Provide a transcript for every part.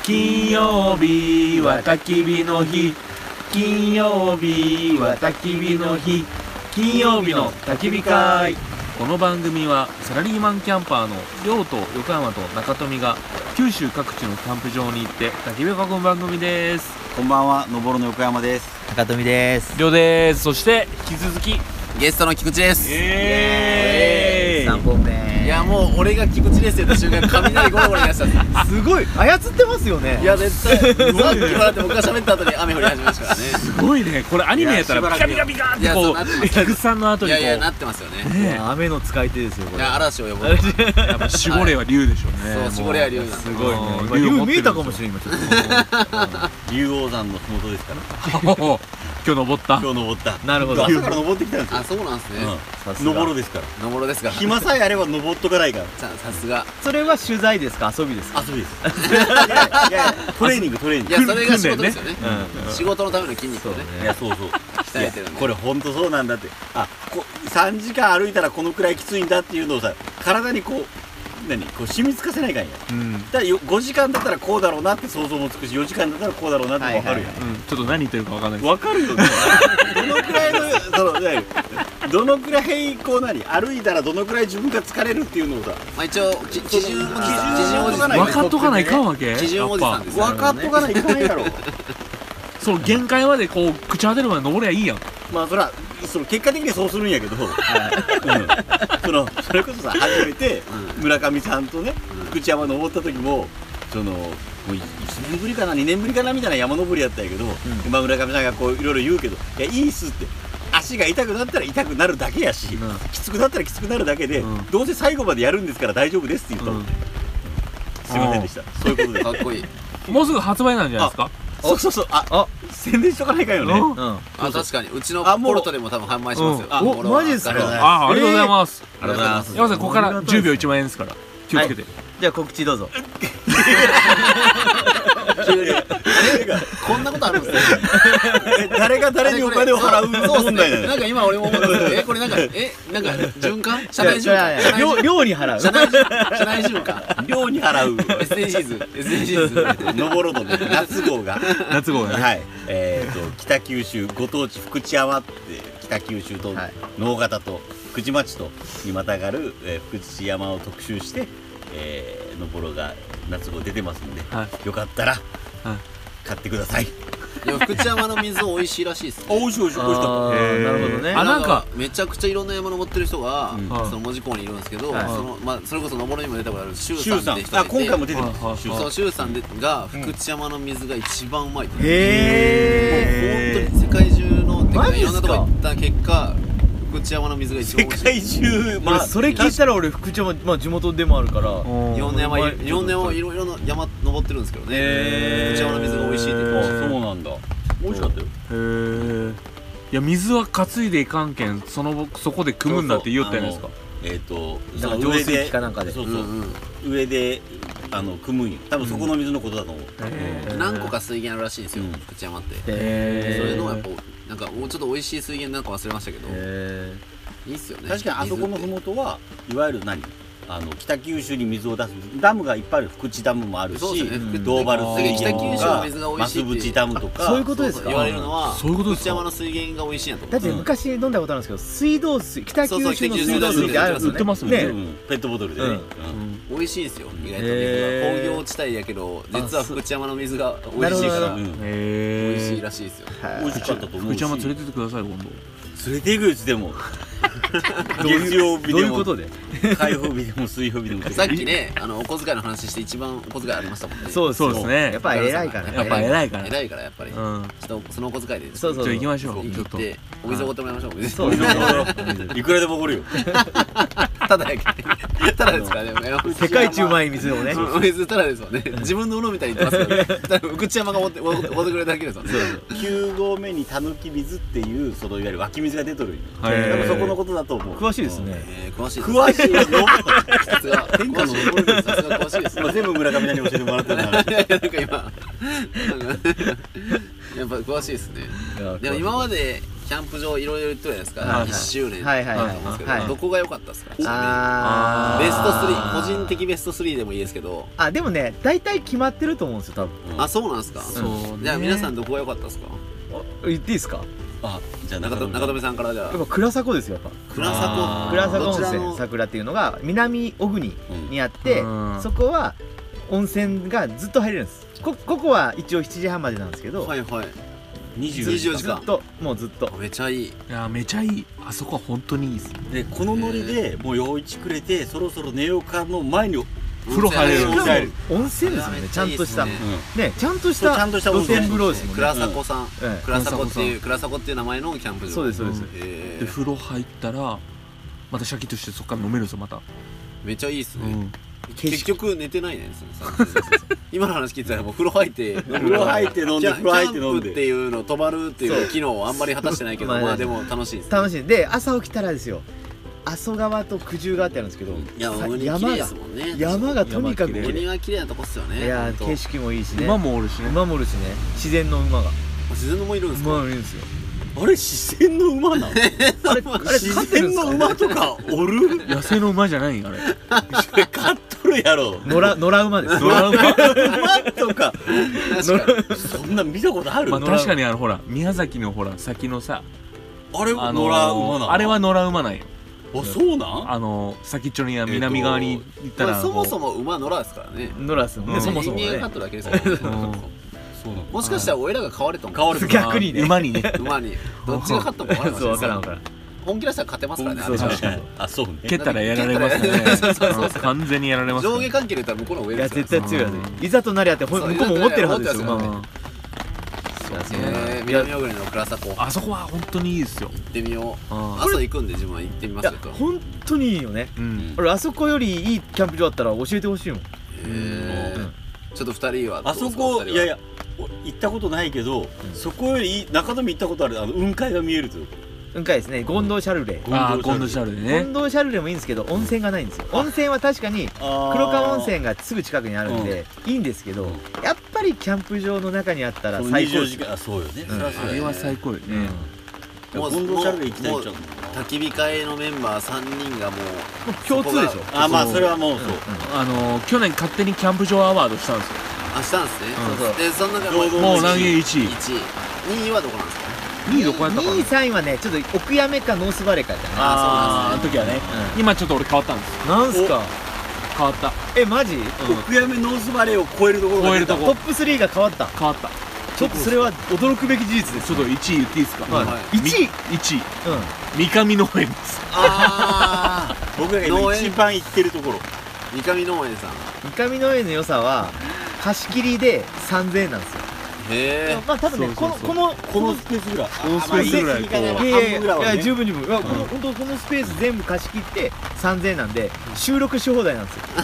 金曜日は焚き火の日、金曜日は焚き火の日、金曜日の焚き火会。この番組はサラリーマンキャンパーの亮と横山と中富が九州各地のキャンプ場に行って焚き火を囲む番組です。 こんばんは、のぼるの横山です。 中富です。 亮です。そして引き続きゲストの菊池です。 3本目。 いやもう俺が菊池ですよって瞬間雷ゴロゴロ言い出したんすごい操ってますよね。 いや絶対さっきからって僕が喋った後に雨降り始めましたからね。 すごいね。これアニメやったらピカピカピカってこう菊池さんの後にこういやなってますよね。 雨の使い手ですよこれ。 いや嵐を呼ぶ。 やっぱ守護霊は竜でしょうね。 そう守護霊は竜なんすごいね。竜見えたかもしれん今ちょっと。 竜王山の麓ですから今日登った。 今日登った。 なるほど。 朝から登ってきたんですよ。 あ、そうなんですね。 登ろですから。 登ろですから。 暇さえあれば登っとかないから。 さすが。 それは取材ですか遊びですか。 遊びです。いやトレーニング。 いやそれが仕事ですよね。仕事のための筋肉をね。 いやそう鍛えてる。 これ本当そうなんだって。3時間歩いたらこのくらいきついんだっていうのをさ、体にこう染みつかせないかんや。だから5時間だったらこうだろうなって想像もつくし、4時間だったらこうだろうなって分かるやん。 ちょっと何言ってるか分かんないです。 分かるよね。どのくらいのどのくらいこう歩いたらどのくらい自分が疲れるっていうのをさ、 まあ一応基準おじさん分かっとかないかんわけ。 基準おじさんです。 分かっとかないかんやろ。 その限界までこう口当てるまで登りゃいいやん。 まあその結果的にはそうするんやけど、それこそさ初めて村上さんとね福知山登った時ももう1年ぶりかな2年ぶりかなみたいな山登りやったんやけど、村上さんがこういろいろ言うけど、いやいいっすって。足が痛くなったら痛くなるだけやし、きつくなったらきつくなるだけで、どうせ最後までやるんですから大丈夫ですって言ったの。すいませんでした。そういうことでかっこいい。 もうすぐ発売なんじゃないですか。 そう宣伝しとかないかんよね。 あ、確かにうちのポルトでも多分販売しますよ。 お、マジですか。 ありがとうございます。 ありがとうございます。 山さんここから10秒1万円ですから気をつけて。 じゃあ告知どうぞ。 こんなことあるんですね。 誰が誰にお金を払う問題なの。 なんか今俺も思ったけど、これなんか循環？社内循環？ 寮に払う。 社内循環。 寮に払う。 SDGs。 登ろうのね夏号がね。はい。北九州ご当地福知山って北九州と直方と久慈町とにまたがる福知山を特集して登ろうが夏号出てますんで、よかったら買ってください。 でも福知山の水美味しいらしいですね。 美味しい美味しかった。 なるほどね。 なんかめちゃくちゃいろんな山登ってる人がその門司港にいるんですけど、それこそ登るにも出たことある周さんって人がいて、 今回も出てます。 そう周さんが福知山の水が一番うまいって。 へえ。もう本当に世界中のいろんなとこ行った結果、福知山の水が一番美味しい。 世界中、 それ聞いたら俺福知山地元でもあるから日本の山いろいろな山登ってるんですけどね。福知山の水が美味しいって言ってました。 そうなんだ。美味しかったよ。 へえ。いや水は担いでいかんけんそこで汲むんだって言おったじゃないですか。 浄水器かなんかで。 そう上で汲むんよ。多分そこの水のことだと思う。 何個か水源あるらしいんですよ福知山って。そういうのはやっぱなんかもうちょっと美味しい水源なんか忘れましたけど、いいっすよね。 確かにあそこの麓はいわゆる北九州に水を出すダムがいっぱいある。福知ダムもあるし、堂原水北九州の水が美味しい増渕ダムとか、 そういうことですか。 言われるのは福知山の水源が美味しいんやと思う。 だって昔飲んだことあるんですけど、水道水北九州の水道水ってあるんですよね。 売ってますもんね。 ペットボトルでね。 美味しいんですよ意外と。工業地帯やけど実は福知山の水が美味しいから美味しいらしいですよ。 美味しかったと思うし。 福知山連れてってください今度。 連れていくうちでも月曜日でも火曜日でも水曜日でも。 さっきねお小遣いの話して一番お小遣いありましたもんね。 そうですね。 やっぱ偉いからやっぱ偉いからやっぱりちょっとそのお小遣いでじゃあ行きましょう。 ちょっとお水おごってもらいましょう。 そういくらでもおごるよ。 ただやけどただですからね。 世界一うまい水をね。 お水ただですもんね。自分のものみたいに言ってますけど福知山がおごってくれるだけですもんね。 9合目にたぬき水っていういわゆる湧き水が出とるんよ。多分そこのことだと思う。 詳しいですね。 詳しいよ。 さすが天下の登る。さすが詳しいです。 全部村上さんに教えてもらってるから。 なんか今やっぱ詳しいですね。 いやでも今までキャンプ場いろいろ言ってるじゃないですか、 はい 1周年とかはいはいはい思うんですけはいど、どこが良かったですか？ちなあみにベストー 3、個人的ベスト3でもいいですけど。 でもね大体決まってると思うんですよ多分。 あ、そうなんですか。 そうね。 じゃあ皆さんどこが良かったですか？ 言っていいですか？ あ、じゃあ中留さんから。じゃあやっぱ倉迫ですよやっぱ。 倉迫。 倉迫温どちらの泉桜っていうのが南小国にあって、 うんそこは温泉がずっと入れるんです。ここは一応7時半までなんですけど、 はいはい。 24 24時間ずっともうずっとめちゃいい。 いやめちゃいい。あそこは本当にいいです。 でこのノリでもう陽一くれてそろそろ寝ようかの前に風呂入れる風呂入る温泉ですよね。ちゃんとしたねちゃんとしたそうちゃんとした温露泉天風呂ですもんね。 倉迫さん、 ええ倉迫っていう名前のキャンプ場。 そうですそうです。 で風呂入ったらまたシャキッとしてそこから飲めるんですよまた。 めっちゃいいっすね。 うん。 結局寝てないね。今の話聞いてたらもう風呂入って風呂入って飲んで風呂入って飲んキャンプってでいうの泊まるっていう機能をあんまり果たしてないけど、 まあまあでも楽しいですね。 楽しい。で朝起きたらですよ、阿蘇川と九十川ってあるんですけど、 いやさ海綺麗ですもんね。 山がとにかく山綺麗。 海は綺麗なとこっすよね。 いやほんと景色もいいしね。 馬もおるしね。 馬もおるしね。自然の馬が自然のもいるんですか？ 馬もいるんですよ。 あれ自然の馬なのあれ自然の馬とかおる野生の馬じゃないんあれ。 飼っとるやろ野良馬です。 ドラ馬。 馬とかそんな見たことあるまあ確かにほら宮崎のほら先のさあれ野良馬なのあれは野良馬なんよ。 あそうなん先っちょに南側に行ったらそもそも馬野良ですからね。 野良ですもんね。そもそもね人間が飼っ。ただけですからね。 そうなのもしかしたら親が飼われたの飼われた逆にね馬にね馬にどっちが勝ったのか分そうからない。 分からん分からん。 本気出したら勝てますからね。あれそう確かにあそうね蹴ったらやられますね。 そうそうそう完全にやられますね。 上下関係で言ったら向こうの方がいや上です絶対強いはず。いざとなりゃって向こうも思ってるはずですよ。 そう馬もうん南小国の倉迫行あそこは本当にいいですよ。 ってみよう。 うん朝行くんで自分は行ってみまいやすよ。 本当にいいよね。 うん。 俺あそこよりいいキャンプ場あったら教えてほしいもん。 ちょっと二人はあそこいやいや行ったことないけどそこより中野も行ったことある雲海が見えるという雲海ですね。ゴンドウシャルレ。 ゴンドシャルでゴね。 ンドウシャルレもいいんですけど温泉がないんですよ。温泉は確かに黒川温泉がすぐ近くにあるんでいいんですけど、やっぱりキャンプ場の中にあったら最高 24 です。 時間あそうよねそうんりゃそうやねあれは最高よね。 もうゴンドウシャルレ行きたいもうじゃん焚き火会のメンバー3人がもう共通でしょ。 あまあそれはもうそう去年勝手にキャンプ場アワードしたんですよ。 あしたんですね。 そうそうでその中堂々 もうランゲー1位。 1位2位はどこなんですか？ 2位どこやったかな。 2位3位はねちょっと奥やめかノースバレーかじゃない。 あの時はね。今ちょっと俺変わったんです。 なんすか。 変わった。 マジ？ 奥やめノースバレーを超えるところが出た超えるとこトップ3が変わった。 変わった。 ちょっとそれは驚くべき事実です。 ちょっと1位言っていいですか。 はいはい 1位。 1位うん。 三上農園です。 ああ僕らが今一番行ってるところ三上農園さん。 三上農園の良さは貸し切りで3000円なんですよ。 へえ。 まあ多分ねそうそうそうこのスペースぐらいこのスペースぐらいこういやいや半分ぐらいいはねや十分十分。いやこの本当このスペース全部貸し切って3000円なんで収録し放題なんですよ。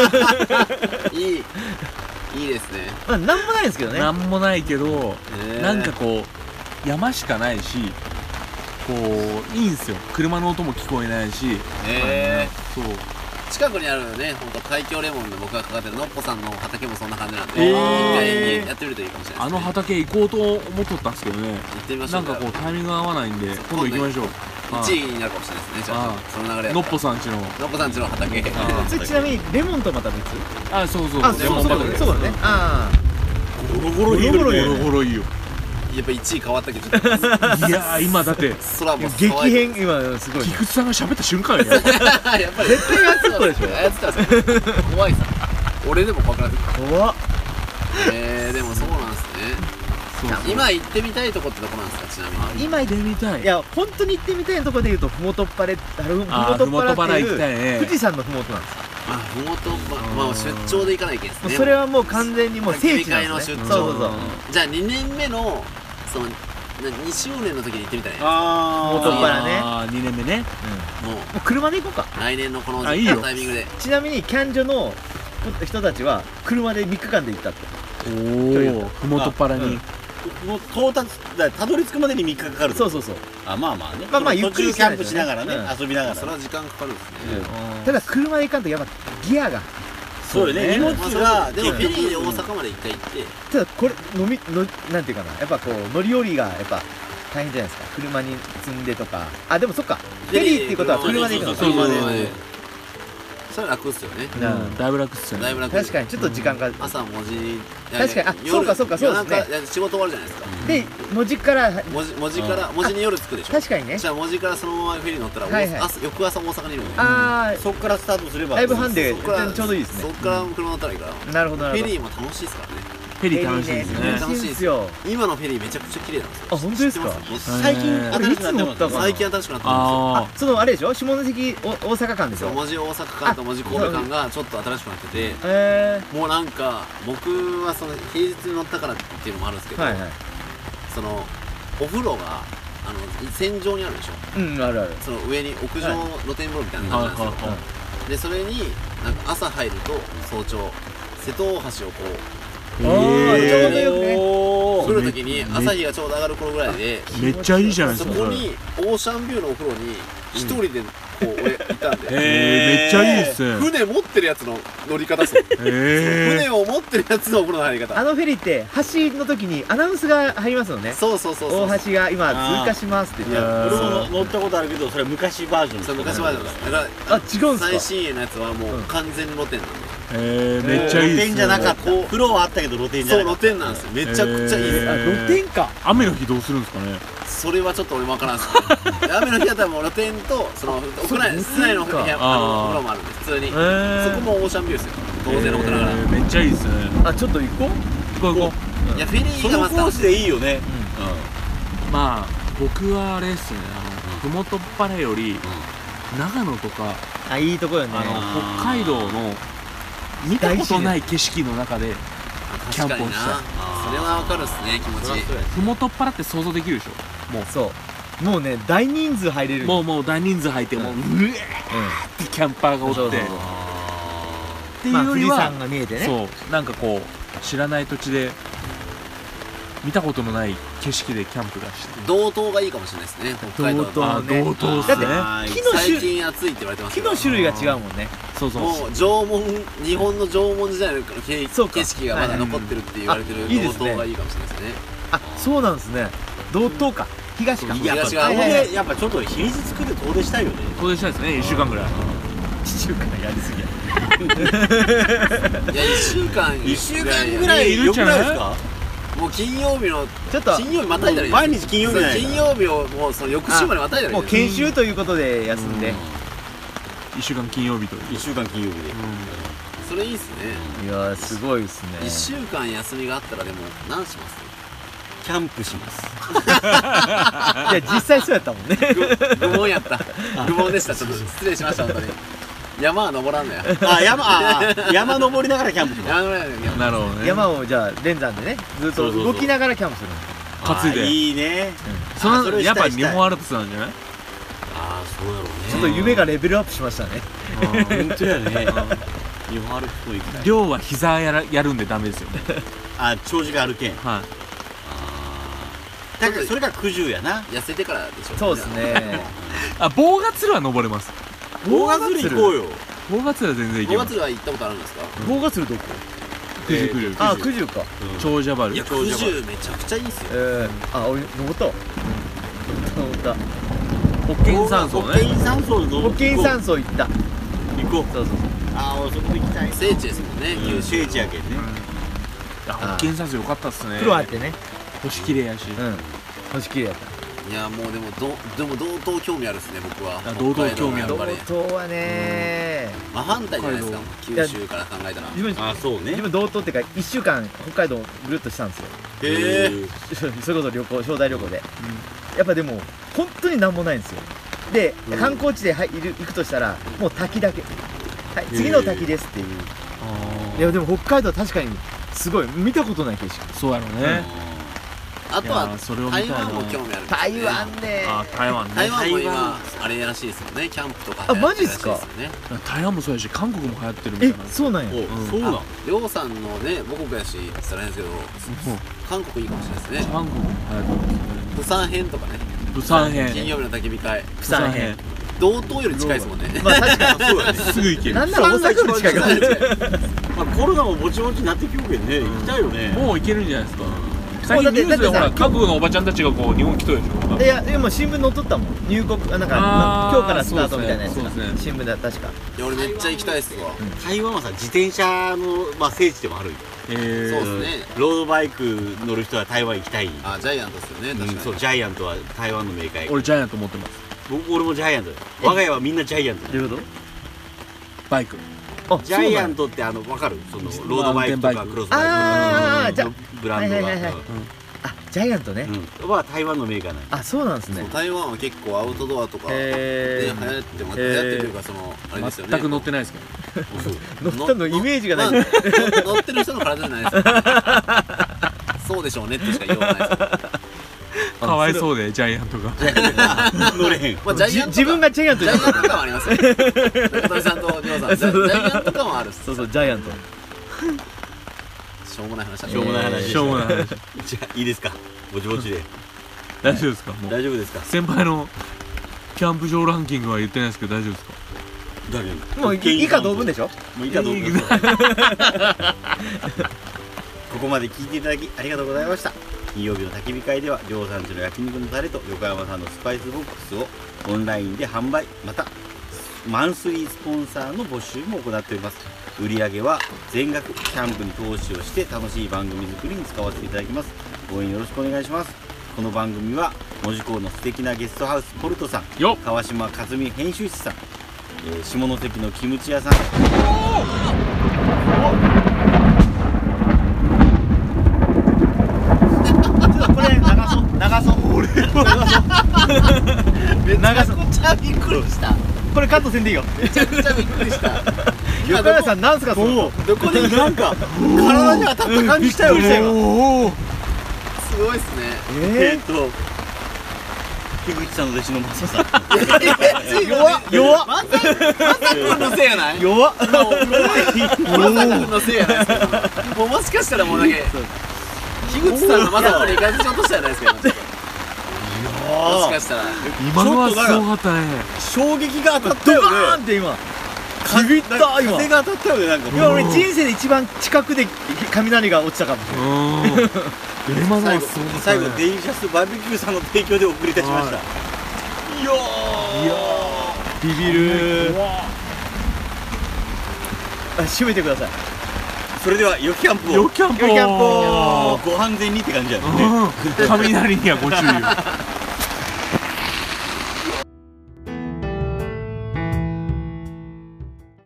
いいですね。 まあなんもないんですけどね。 なんもないけどへーなんかこう山しかないしこういいんすよ。車の音も聞こえないし。 へえ。 そう。 近くにあるね、本当海峡レモンで僕がかかってるのっぽさんの畑もそんな感じなんで、 へー一回やってみるといいかもしれないですね。 畑行こうと思っとったんですけどね。 行ってみましょう。 なんかこうタイミング合わないんで今度行きましょう。 1位になるかもしれないですね。じゃあその流れ。 のっぽさんちの。 のっぽさんちの畑。 それちなみにレモンとまた別？ あ、そうそう。 あ、 レそうそうモン畑そうだね。あゴロゴロいいよゴねロゴロいいよ。 やっぱ1位変わったけど、ちょっといやー今だってあ。 空も激変今すごい。 菊池さんが喋った瞬間よ。 やっぱり絶対やってたでしょ。やってたんですよ。怖いさ。俺でも怖くなってくる。 怖っ。 でもそうなんですね。今行ってみたいとこってどこなんですか、ちなみに。 今行ってみたい。 いや本当に行ってみたいとこで言うとふもとっぱれふもあーとっぱらってふもとっぱら行きたいいうね富士山のふもとなんですよ。 あ、ふもと、まあ出張で行かないけんですね。 それはもう完全にもう聖地なん焚き火会のですね。 出張そうそうそう。 じゃあ2年目のその2周年の時に行ってみたいね。 ふもとっぱらね。 あー2年目ね。 もうもう車で行こうか。 来年のこのあいいよタイミングで。 ちなみにキャンジョの人たちは車で3日間で行ったって。 おお。ふもとっぱらに。 もう到達たどり着くまでに3日かかるそうそうそう。 あまあまあねまあまあそのゆっくり途中キャンプしながらねうん遊びながらそれは時間かかるんですね。 ただ車で行かんとやっぱギアがそうよね、荷物がでもフェリーで大阪まで一回行って、 ただこれなんていうかな、やっぱこう乗り降りがやっぱ大変じゃないですか。車に積んでとか。あ、でもそっか、フェリーっていうことは車で行くのか。 そうそうそう、それ楽っすよね。 だいぶ楽っすよね。 確かにちょっと時間が朝文字、 確かに、あ、そうかそうか、そうですね。 仕事終わるじゃないですか。 で、文字から文字に夜着くでしょ。 確かにね。 じゃあ文字からそのままフェリー乗ったら翌朝大阪にいるの。 ああ、 そっからスタートすればだいぶ半でちょうどいいですね。 そっから車乗ったらいいから。 なるほどなるほど。 フェリーも楽しいですからね。 フェリー楽しいですね。 楽しいですよ。 今のフェリーめちゃくちゃ綺麗なんですよ。 あ、本当ですか。 最近新しくなってます。 最近新しくなってますよ。 あ、そのあれでしょ、下関大阪間でしょ。 文字大阪間と文字神戸間がちょっと新しくなってて、もうなんか僕はその平日に乗ったからっていうのもあるんですけど、そのお風呂が船上にあるでしょ。 うん、あるある。 その上に屋上露天風呂みたいな感じなんですよ。でそれになんか朝入ると早朝瀬戸大橋をこうちょうどよくね、 来る時に朝日がちょうど上がる頃ぐらいで、 めっちゃいいじゃないですか。 そこにオーシャンビューのお風呂に一人でこう俺いたんで、 めっちゃいいっすね。 船持ってるやつの乗り方っすよ。船を持ってるやつのお風呂の入り方。 あのフェリーって橋の時にアナウンスが入りますよね。 そうそうそうそう。 大橋が今通過しますって。 俺も乗ったことあるけど、それは昔バージョン。 そう、昔バージョンです。だからあ、違うんすか。 最新鋭のやつはもう完全露天なんで。 めっちゃいいっすね。 露天じゃなかった。風呂はあったけど露天じゃなかった。 そう、露天なんですよ。めちゃくちゃいいです。 露天か。 雨の日どうするんですかね。 それはちょっと俺も分からんすけど、雨の日だったらもう露天とその屋内室内のお風呂もあるんで、普通にそこもオーシャンビューですよ。当然のことながらめっちゃいいっすね。 あ、ちょっと行こう。 いやフェリーがまたそのコースでいいよね。 まあ僕はあれですね、ふもとっぱらより長野とか、 あ、いいとこよね。 北海道の見たことない景色の中でキャンプをしたい。 それはわかるっすね、気持ちいい。 ふもとっぱらって想像できるでしょ。もうそうもうね、大人数入れる。 もう大人数入って、もううえーってキャンパーがおってっていうよりは、 富士山が見えてね。 そうなんかこう知らない土地で見たことのない景色でキャンプがして、 道東がいいかもしれないですね。北海道道東っすね。 だって最近暑いって言われてますけど、 木の種類が違うもんね。 そうそう、 もう縄文、日本の縄文時代の景色がまだ残ってるって言われてる道東がいいかもしれないですね。 あ、そうなんですね。道東か、東か。 東がやっぱちょっと日にち作って遠出したいよね。 遠出したいですね。1週間ぐらい。 1週間やりすぎや。 いや、1週間ぐらいよくないですか。 もう金曜日のちょっと金曜日またいだらいい。 毎日金曜日じゃない。 金曜日をもうその翌週までまたいだらいい。 もう研修ということで休んで、 1週間金曜日と 1週間金曜日で、 それいいっすね。 いや、すごいっすね。 1週間休みがあったらでも何します？ キャンプします。 いや、実際そうやったもんね。 愚問やった。愚問でした。ちょっと失礼しました、本当に。山は登らんのや。 山登りながらキャンプします。 なるほどね。 山をじゃあ連山でね、ずっと動きながらキャンプするの。 担いで。 いいね。 そのやっぱ日本アルプスなんじゃない？ ああ、そうだろうね。 ちょっと夢がレベルアップしましたね。 本当やね。日本アルプスも行きたい。 量は膝やるんでダメですよね。 あ、長時間歩けん。 はい。 だからそれが九十やな。 痩せてからでしょ。 そうですね。 あ、棒ガツルは登れます。 棒ガツル行こうよ。 棒ガツルは全然行けます。 棒ガツルは行ったことあるんですか？ 棒ガツルどこ？ 九十。 あ、九十か。 長者原。 いや、九十めちゃくちゃいいっすよ。 あ、俺登った。登った。 ホッケイン山荘ね。 ホッケイン山荘ホッケイン山荘行った。 行こう。そうそうそう。ああ、そこ行きたい。 聖地ですもんね。九州聖地やけんね。 ホッケイン山荘良かったっすね。 風呂あってね。 星綺麗やし。 星綺麗やった。 いや、もうでも道東興味あるっすね、僕は。 道東興味ある。 道東はね、 真反対じゃないですか、九州から考えたら。 あ、そうね。 自分道東っていうか1週間北海道ぐるっとしたんですよ。 へえ。 それこそ招待旅行で。やっぱでも本当になんもないんですよ。で、観光地で行くとしたらもう滝だけ。はい、次の滝ですっていう。いやでも北海道確かにすごい見たことない景色。 そうやろね。 あとは台湾も興味ある。 台湾ね。 台湾ね。 台湾も今あれらしいですよね、キャンプとか。 あ、マジっすか。 台湾もそうやし、韓国も流行ってるみたいな。 そうなんや。 そうなん。 りょうさんのね、母国やしって言ったら変ですけど、韓国いいかもしれないですね。 韓国も流行ってるんですよね。 釜山編とかね。 釜山編。 金曜日の焚き火会。 釜山編。 道東より近いですもんね。 まあ確かにそうだね。 すぐ行ける。 なんなら大阪より近いかもしれない。 まあコロナもぼちぼちになってきようけんね、行きたいよね。 もう行けるんじゃないですか。最近ニュースでほら韓国のおばちゃんたちがこう日本来とるでしょ。 いやでも新聞載っとったもん、入国なんか今日からスタートみたいなやつが新聞だ確か。 いや俺めっちゃ行きたいっすわ。 台湾はさ自転車のまあ聖地でもあるよ。 そうですね。 ロードバイク乗る人は台湾行きたい。 あジャイアントですよね。確かに。 そうジャイアントは台湾のメーカー。 俺ジャイアント持ってます。 俺もジャイアントだよ。我が家はみんなジャイアント。 どういうこバイク。 と？ ジャイアントって分かる？そのロードバイクとかクロスバイクのブランドが。 あ、ジャイアントね。 は台湾のメーカーなんや。 あ、そうなんですね。 台湾は結構アウトドアとかで流行ってというかそのあれですよね。 全く乗ってないですけど。乗ったのイメージがない。 乗ってる人の体じゃないですよ。そうでしょうねってしか言いようがないです。 かわいそうでジャイアントが乗れへん。 自分がジャイアントジャイアント感はありますよ。中谷さんとりょうさんジャイアント感はある。 そうそうジャイアント。 しょうもない話だね。 しょうもない話。 しょうもない話。 じゃあいいですか。ぼちぼちで。 大丈夫ですか？もう大丈夫ですか？ 先輩のキャンプ場ランキングは言ってないですけど大丈夫ですか？ だけどもう以下同文でしょ？ もう以下同文。ここまで聞いていただきありがとうございました。金曜日の焚き火会ではりょうさんちの焼肉のタレと横山さんのスパイスボックスをオンラインで販売、またマンスリースポンサーの募集も行っております。売上は全額キャンプに投資をして楽しい番組作りに使わせていただきます。応援よろしくお願いします。この番組は門司港の素敵なゲストハウスポルトさん、川島和美編集室さん、下関のキムチ屋さん、 これ流そう俺めちゃくちゃびっくりした。 これカットせんでいいよ。 めちゃくちゃびっくりした。 横山さんなんすかそのどこでなんか体に当たった感じしたよ。 すごいっすね。 樋口さんの弟子のマサさん。 弱っまさくんのせいやない？ 弱っまさくんのせいやないですか？もうもしかしたらもうだけ樋口さんのまさくんに行かせちゃうとしたらないですけど、もしかしたら今のはすごかったね。 衝撃が当たったよね。 ドカーンって今ビビった今。 風が当たったよね。なんか今俺人生で一番近くで雷が落ちたかもしれない。 今のはすごかったね。 最後デリシャスバーベキューさんの提供でお送りいたしました。いやビビる。閉めてください。 それではよきキャンプを。 よきキャンプをよきキャンプをご安全にって感じやね。 雷にはご注意を。